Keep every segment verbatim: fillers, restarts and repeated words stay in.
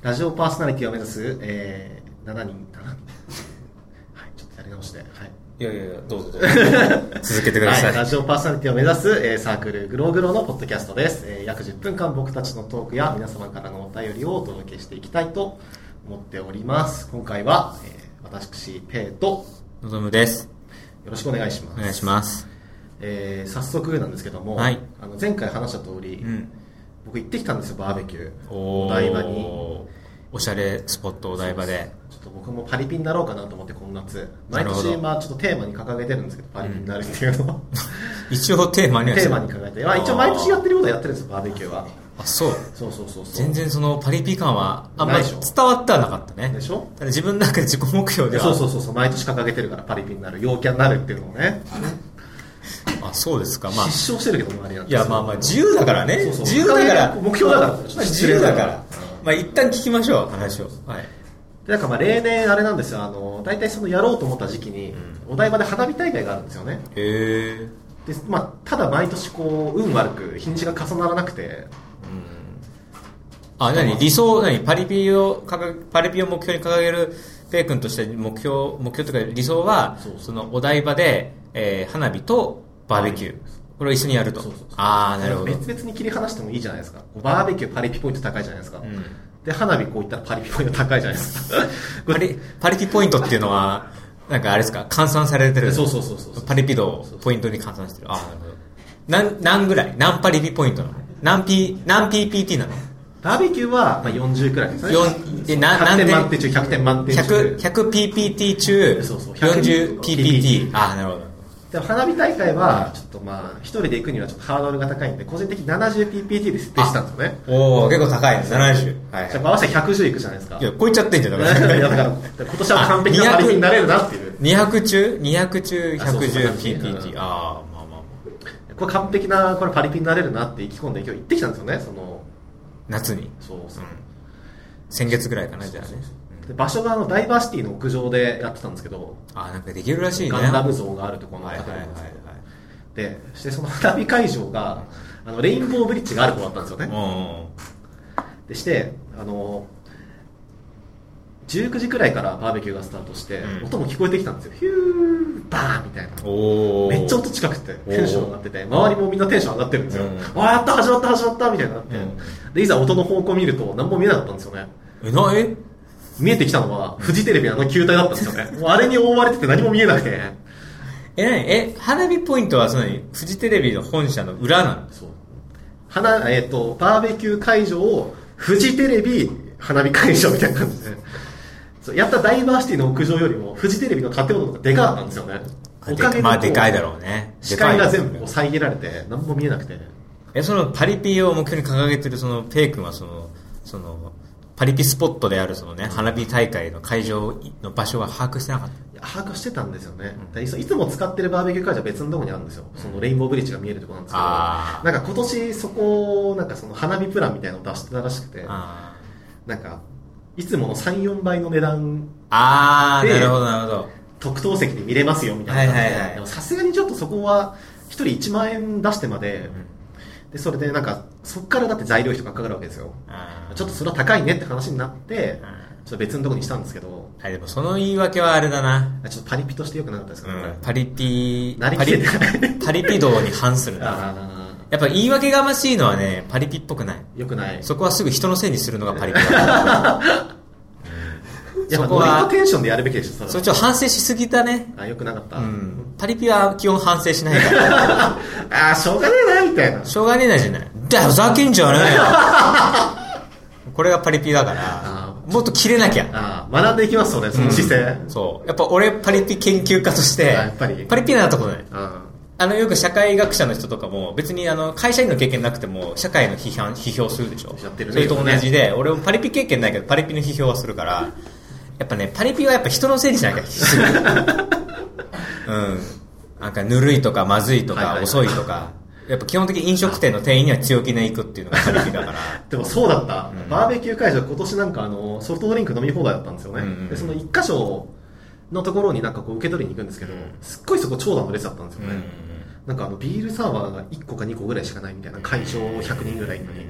ラジオパーソナリティを目指す、えー、しちにん、しちにんはい、ちょっとやり直して、はい、 いやいやいや、どうぞどうぞ続けてください、 はい、ラジオパーソナリティを目指す、えー、サークルグローグローのポッドキャストです、えー、約じゅっぷんかん僕たちのトークや皆様からのお便りをお届けしていきたいと思っております。今回は、えー、私ペイとのぞむです。 よろしくお願いします。 お願いします。 えー、早速なんですけども、 はい、 あの前回話した通り、うん、僕行ってきたんですよ、バーベキューおお台場に。 おしゃれスポットお台場で。 ちょっと僕もパリピになろうかなと思って、この夏毎年まあちょっとテーマに掲げてるんですけど、パリピになるっていうのを、うん、 一応テーマにはテーマに掲げて、まあ、一応毎年やってることはやってるんですよ、バーベキューは。 あ、そうそうそうそうそう。 全然そのパリピ感はあんまり伝わってはなかったね。 でしょ。 ただ自分の中で自己目標では。 そうそうそうそう、毎年掲げてるから、パリピになる、陽キャになるっていうのをね。 あ、そうですか。まあ失笑してるけども、あれなんですよ。いや、まあまあ自由だからね。そうそう、自由だから目標だから、 自由だから。まあ一旦聞きましょう、話を。はい。 で、なんかまあ例年あれなんですよ、あの大体そのやろうと思った時期に、うん、お台場で花火大会があるんですよね。 へー。で、まあただ毎年こう運悪く日にちが重ならなくて。うん、 あ、何理想何パリピをパリピを目標に掲げるペイ君として目標目標というか理想は、そうそう、そのお台場で、えー、花火とバーベキュー、これを一緒にやると。そうそうそう、ああ、なるほど。 別々に切り離してもいいじゃないですか。バーベキューパリピポイント高いじゃないですか。うん、で花火こういったらパリピポイント高いじゃないですか。 パリパリピポイントっていうのはなんかあれですか、換算されてる。 そうそうそうそう。 パリピ度をポイントに換算してる。ああ、なるほど。何何ぐらい？何パリピポイントなの？何 P 何 ピーピーティー なの？ バーベキューはまあよんじゅうくらいですね。 でなひゃくてん満点中ひゃくてん満点中。 ひゃく、ひゃくピーピーティー 中そうそうよんじゅうピーピーティー。ああ、なるほど。 でも花火大会はちょっとまあ一人で行くにはちょっとハードルが高いんで、個人的に ななじゅうピーピーティー で設定したんですよね。 おお、結構高いです。ななじゅう。はい。 じゃあ合わせてひゃくじゅういくじゃないですか。 いや、超えちゃってんじゃん。だからいやだから今年は完璧なパリピになれるなっていう。 にひゃく中にひゃく中ひゃくじゅうピーピーティー。ああ、まあまあ。 これ完璧なこれパリピになれるなって意気込んで今日行ってきたんですよね。その夏に。 そうそう。うん、 先月ぐらいかな、じゃあね。 で場所があのダイバーシティの屋上でやってたんですけど、 あ、なんかできるらしいね。 ガンダム像があるところの建物なんですけど、でしてその花火会場があのレインボーブリッジがある方だったんですよね。でしてあのじゅうくじくらいからバーベキューがスタートして、うん、音も聞こえてきたんですよ。ヒューバーみたいな。 おめっちゃ音近くてテンション上がってて、周りもみんなテンション上がってるんですよ。うん、あ、やった、始まった始まったみたいになって、うん、でいざ音の方向を見ると何も見えなかったんですよね。 え、なえ見えてきたのはフジテレビのあの球体だったんですよね。もうあれに覆われてて何も見えなくて。 え、何え、花火ポイントはそのフジテレビの本社の裏なの？ そう。花、えっと、バーベキュー会場をフジテレビ花火会場みたいな感じで。そう、やったダイバーシティの屋上よりもフジテレビの建物とかでかかったんですよね。 おかげでまあでかいだろうね。 視界が全部こう遮られて何も見えなくて。 え、そのパリピを目標に掲げてるそのペイ君はそのそのパリピスポットであるそのね、花火大会の会場の場所は把握してなかった？ いや、把握してたんですよね。うん、いつも使ってるバーベキュー会場は別のところにあるんですよ。そのレインボーブリッジが見えるところなんですけど、なんか今年そこなんかその花火プランみたいなのを出してたらしくて、なんかいつもの さん,よん 倍の値段で、 あー、なるほどなるほど、 特等席で見れますよみたいな感じで、はいはいはい、でもさすがにちょっとそこはひとりいちまんえん出してまで、うん、でそれでなんかそこからだって材料費とかかかるわけですよ。ちょっとそれは高いねって話になって、ちょっと別のところにしたんですけど、 はい、でもその言い訳はあれだな、 ちょっとパリピとして良くなかったですかね、 うん、パリピパリパリピ道に反するな。やっぱ言い訳がましいのはね、パリピっぽくない。 よくない。 そこはすぐ人のせいにするのがパリピだ。 やっぱノリとテンションでやるべきでしょ。それそれちょっと反省しすぎたね。 あ、よくなかった、 うん、パリピは基本反省しないから。 あ、しょうがねえなみたいな。 しょうがねえなじゃない。だ、ふざけんじゃねえよ。これがパリピだから、もっとキレなきゃ。 あ、学んでいきますよね、その姿勢、 うん、そうやっぱ俺パリピ研究家としてやっぱりパリピなとこない。あのよく社会学者の人とかも別にあの会社員の経験なくても社会の批判批評するでしょ。 やってるね、 それと同じで、俺もパリピ経験ないけどパリピの批評はするから、やっぱねパリピはやっぱ人のせいにしなきゃすぐ。うん。なんかぬるいとかまずいとか遅いとか、やっぱ基本的に飲食店の店員には強気で行くっていうのがパリピだから。 でもそうだった、うん、バーベキュー会場今年なんかあのソフトドリンク飲み放題だったんですよね、うんうん、でその一箇所のところになんかこう受け取りに行くんですけど、すっごいそこ長蛇の列だったんですよね、うんうん、なんかあのビールサーバーがいっこかにこぐらいしかないみたいな、会場ひゃくにんぐらいのに、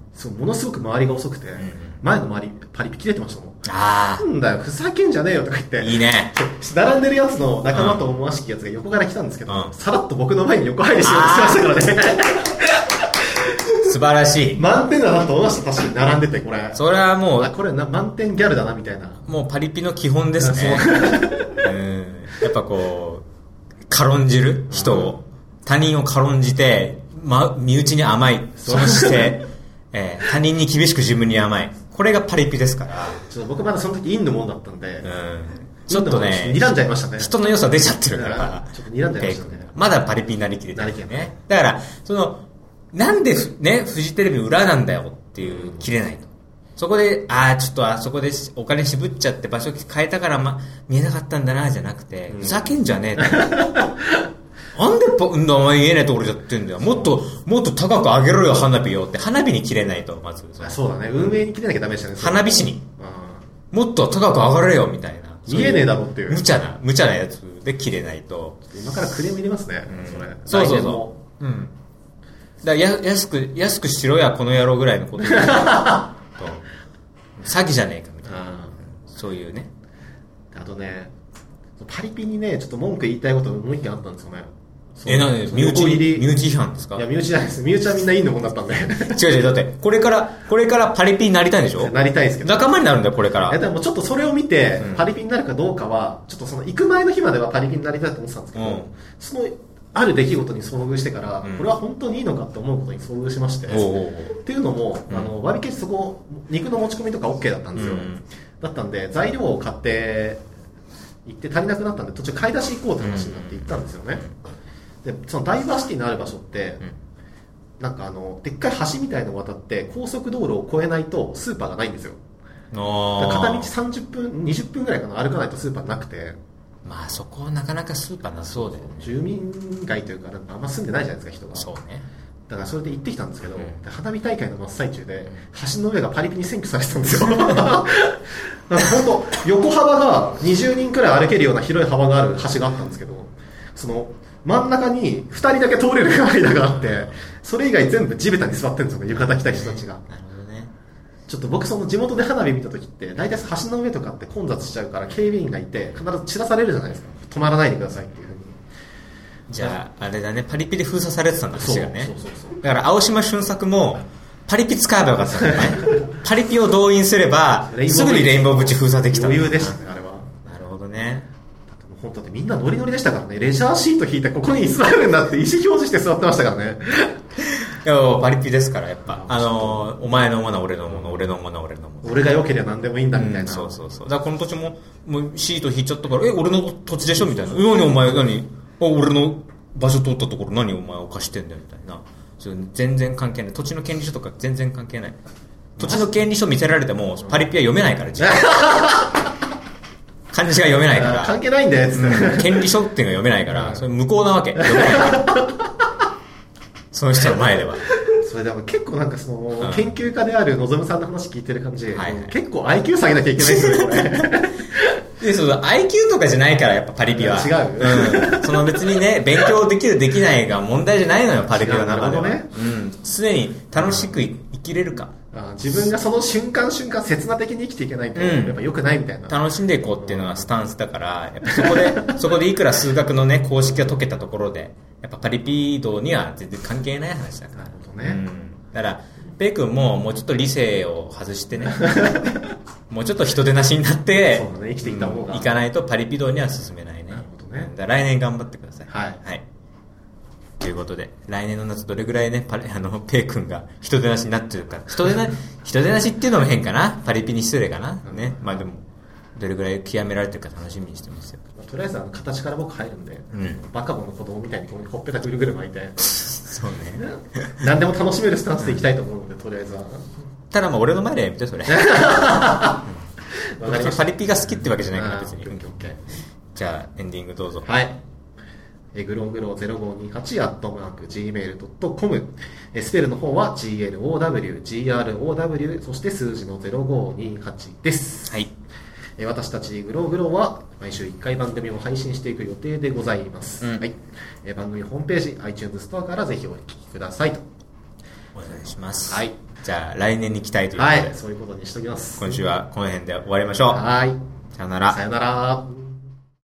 そうものすごく周りが遅くて、うん、前の周りパリピ切れてましたもん。 ああ。 なんだよ、ふざけんじゃねえよとか言って。 いいね。 並んでるやつの仲間と思わしきやつが横から来たんですけど、うん、さらっと僕の前に横入りしようとしてましたからね。 素晴らしい。 満点だなと思いました。確かに並んでて、これ。 それはもう、 あ、これな満点ギャルだなみたいな。 もうパリピの基本ですね。うん、やっぱこう、軽んじる人を、他人を軽んじて、ま、身内に甘い、その姿勢、えー、他人に厳しく自分に甘い。これがパリピですから。 ちょっと僕まだその時インのもんだったんで、うん、 ちょっとね、 睨んじゃいましたね。 人の良さ出ちゃってるから、 ちょっと睨んじゃいましたね。 まだパリピになりきれてるね。だから、その、なんでね、フジテレビ裏なんだよっていう切れないと。そこで、ああ、ちょっとあそこでお金渋っちゃって場所変えたから、ま、見えなかったんだな、じゃなくて、ふざけんじゃねえって。なんでパ、うんだ、お前言えないところでやってんだよ。もっと、もっと高く上げろよ、花火よって。花火に切れないと、まず。 あ、そうだね。運営に切れなきゃダメでしたね。 花火師に。もっと高く上がれよ、みたいな。 見えねえだろっていう。 無茶な、無茶なやつで切れないと。 今からクレーム入れますね、 うん、 それ。 そうそうそう。うん。だや安く安くしろやこの野郎ぐらいのことと詐欺じゃねえかみたいな、そういうね。 あとね、パリピにねちょっと文句言いたいこともう一件あったんですよね。 え、なんで身内身内批判ですか？ いや身内じゃないです。身内はみんないいのもんだったんで。 違う違う、だってこれからこれからパリピになりたいんでしょ？ なりたいですけど。 仲間になるんだよこれから。 でもちょっとそれを見て、うん、パリピになるかどうかはちょっとその行く前の日まではパリピになりたいと思ってたんですけど、うん、そのある出来事に遭遇してから、うん、これは本当にいいのかと思うことに遭遇しまして、おうおうおうっていうのも、うん、あの割り消しそこ肉の持ち込みとか OK だったんですよ、うん、だったんで材料を買って行って足りなくなったんで途中買い出し行こうって話になって行ったんですよね、うん、でそのダイバーシティのある場所って、うん、なんかあのでっかい橋みたいのを渡って高速道路を越えないとスーパーがないんですよ。片道さんじゅっぷんにじゅっぷんぐらいかな歩かないとスーパーなくて、 まあそこはなかなかスーパーなそうだよね。 住民街というかなんかあんま住んでないじゃないですか人が。 そうね。 だからそれで行ってきたんですけど、うん、花火大会の真っ最中で橋の上がパリピに占拠されてたんですよ。なんか本当横幅がにじゅうにんくらい歩けるような広い幅がある橋があったんですけど、その真ん中にふたりだけ通れる間があって、それ以外全部地べたに座ってるんですよね、浴衣着た人たちが。 なるほどね。 ちょっと僕その地元で花火見た時って大体橋の上とかって混雑しちゃうから警備員がいて必ず散らされるじゃないですか。止まらないでくださいっていう風に。 じゃああれだね、パリピで封鎖されてたんだ橋がね。 そうそうそうそう。 だから青島俊作もパリピ使えばよかったんだよね。パリピを動員すればすぐにレインボーブチ封鎖できた。 余裕でしたねあれは。 なるほどね。 本当にみんなノリノリでしたからね。レジャーシート引いてここに座るんだって意思表示して座ってましたからね。 いやパリピですからやっぱあのお前のもの俺のもの俺のもの俺のもの俺が良ければ何でもいいんだみたいな、 うん、そうそうそう。だからこの土地ももうシート引いちゃったからえ俺の土地でしょみたいな。何お前何俺の場所通ったところ何お前お貸してんだよみたいな。それ全然関係ない。土地の権利書とか全然関係ない。土地の権利書見せられてもパリピは読めないから自分漢字が読めないから関係ないんだよ、 うん、権利書っていうのが読めないからそれ無効なわけ読めないからその人の前では。 それでも結構なんかその、うん、研究家であるのぞむさんの話聞いてる感じ、はいはい、結構 アイキュー 下げなきゃいけないですよね。 でそう アイキュー とかじゃないからやっぱパリピは違う、 うん、その別にね勉強できるできないが問題じゃないのよパリピの中では。 なるほどね、 うん、常に楽しく生きれるか、 あ自分がその瞬間瞬間刹那的に生きていけないと、うん、やっぱ良くないみたいな。 楽しんでいこうっていうのがスタンスだからやっぱそこでそこでいくら数学のね公式が解けたところでやっぱパリピ道には全然関係ない話だから。 なるほどね、うん、 だからペイ君ももうちょっと理性を外してねもうちょっと人手なしになってそうだね、生きていった方が、 うん、いかないとパリピ道には進めないね。 なるほどね。 だ来年頑張ってください。 はい、 はい、ということで来年の夏どれぐらいねパリあのペイ君が人手なしになってるか。人手な人手なしっていうのも変かな、パリピに失礼かな、うん、ね。まあでもどれぐらい極められてるか楽しみにしてますよ。 とりあえずあの形から僕入るんで、 うん、 バカボンの子供みたいにこうほっぺたぐるぐる巻いてそうね何でも楽しめるスタンスでいきたいと思うので、とりあえずは。 ただまあ俺の前でやめてそれパリピが好きってわけじゃないから別に。じゃあエンディングどうぞ。 はい。えグログロゼロごにはちアットマークジーメールドットコム、スペルの方は ジーエルオーダブリュージーアールオーダブリュー そして数字のゼロごにはちです。 はい。 え私たちグログロは毎週いっかい番組を配信していく予定でございます、うん、はい。え番組ホームページ iTunes ストアからぜひお聞きくださいとお願いします。 はい。 じゃあ来年に期待ということで、 はい、そういうことにしときます。 今週はこの辺で終わりましょう。 はい。 さよなら。 さよなら。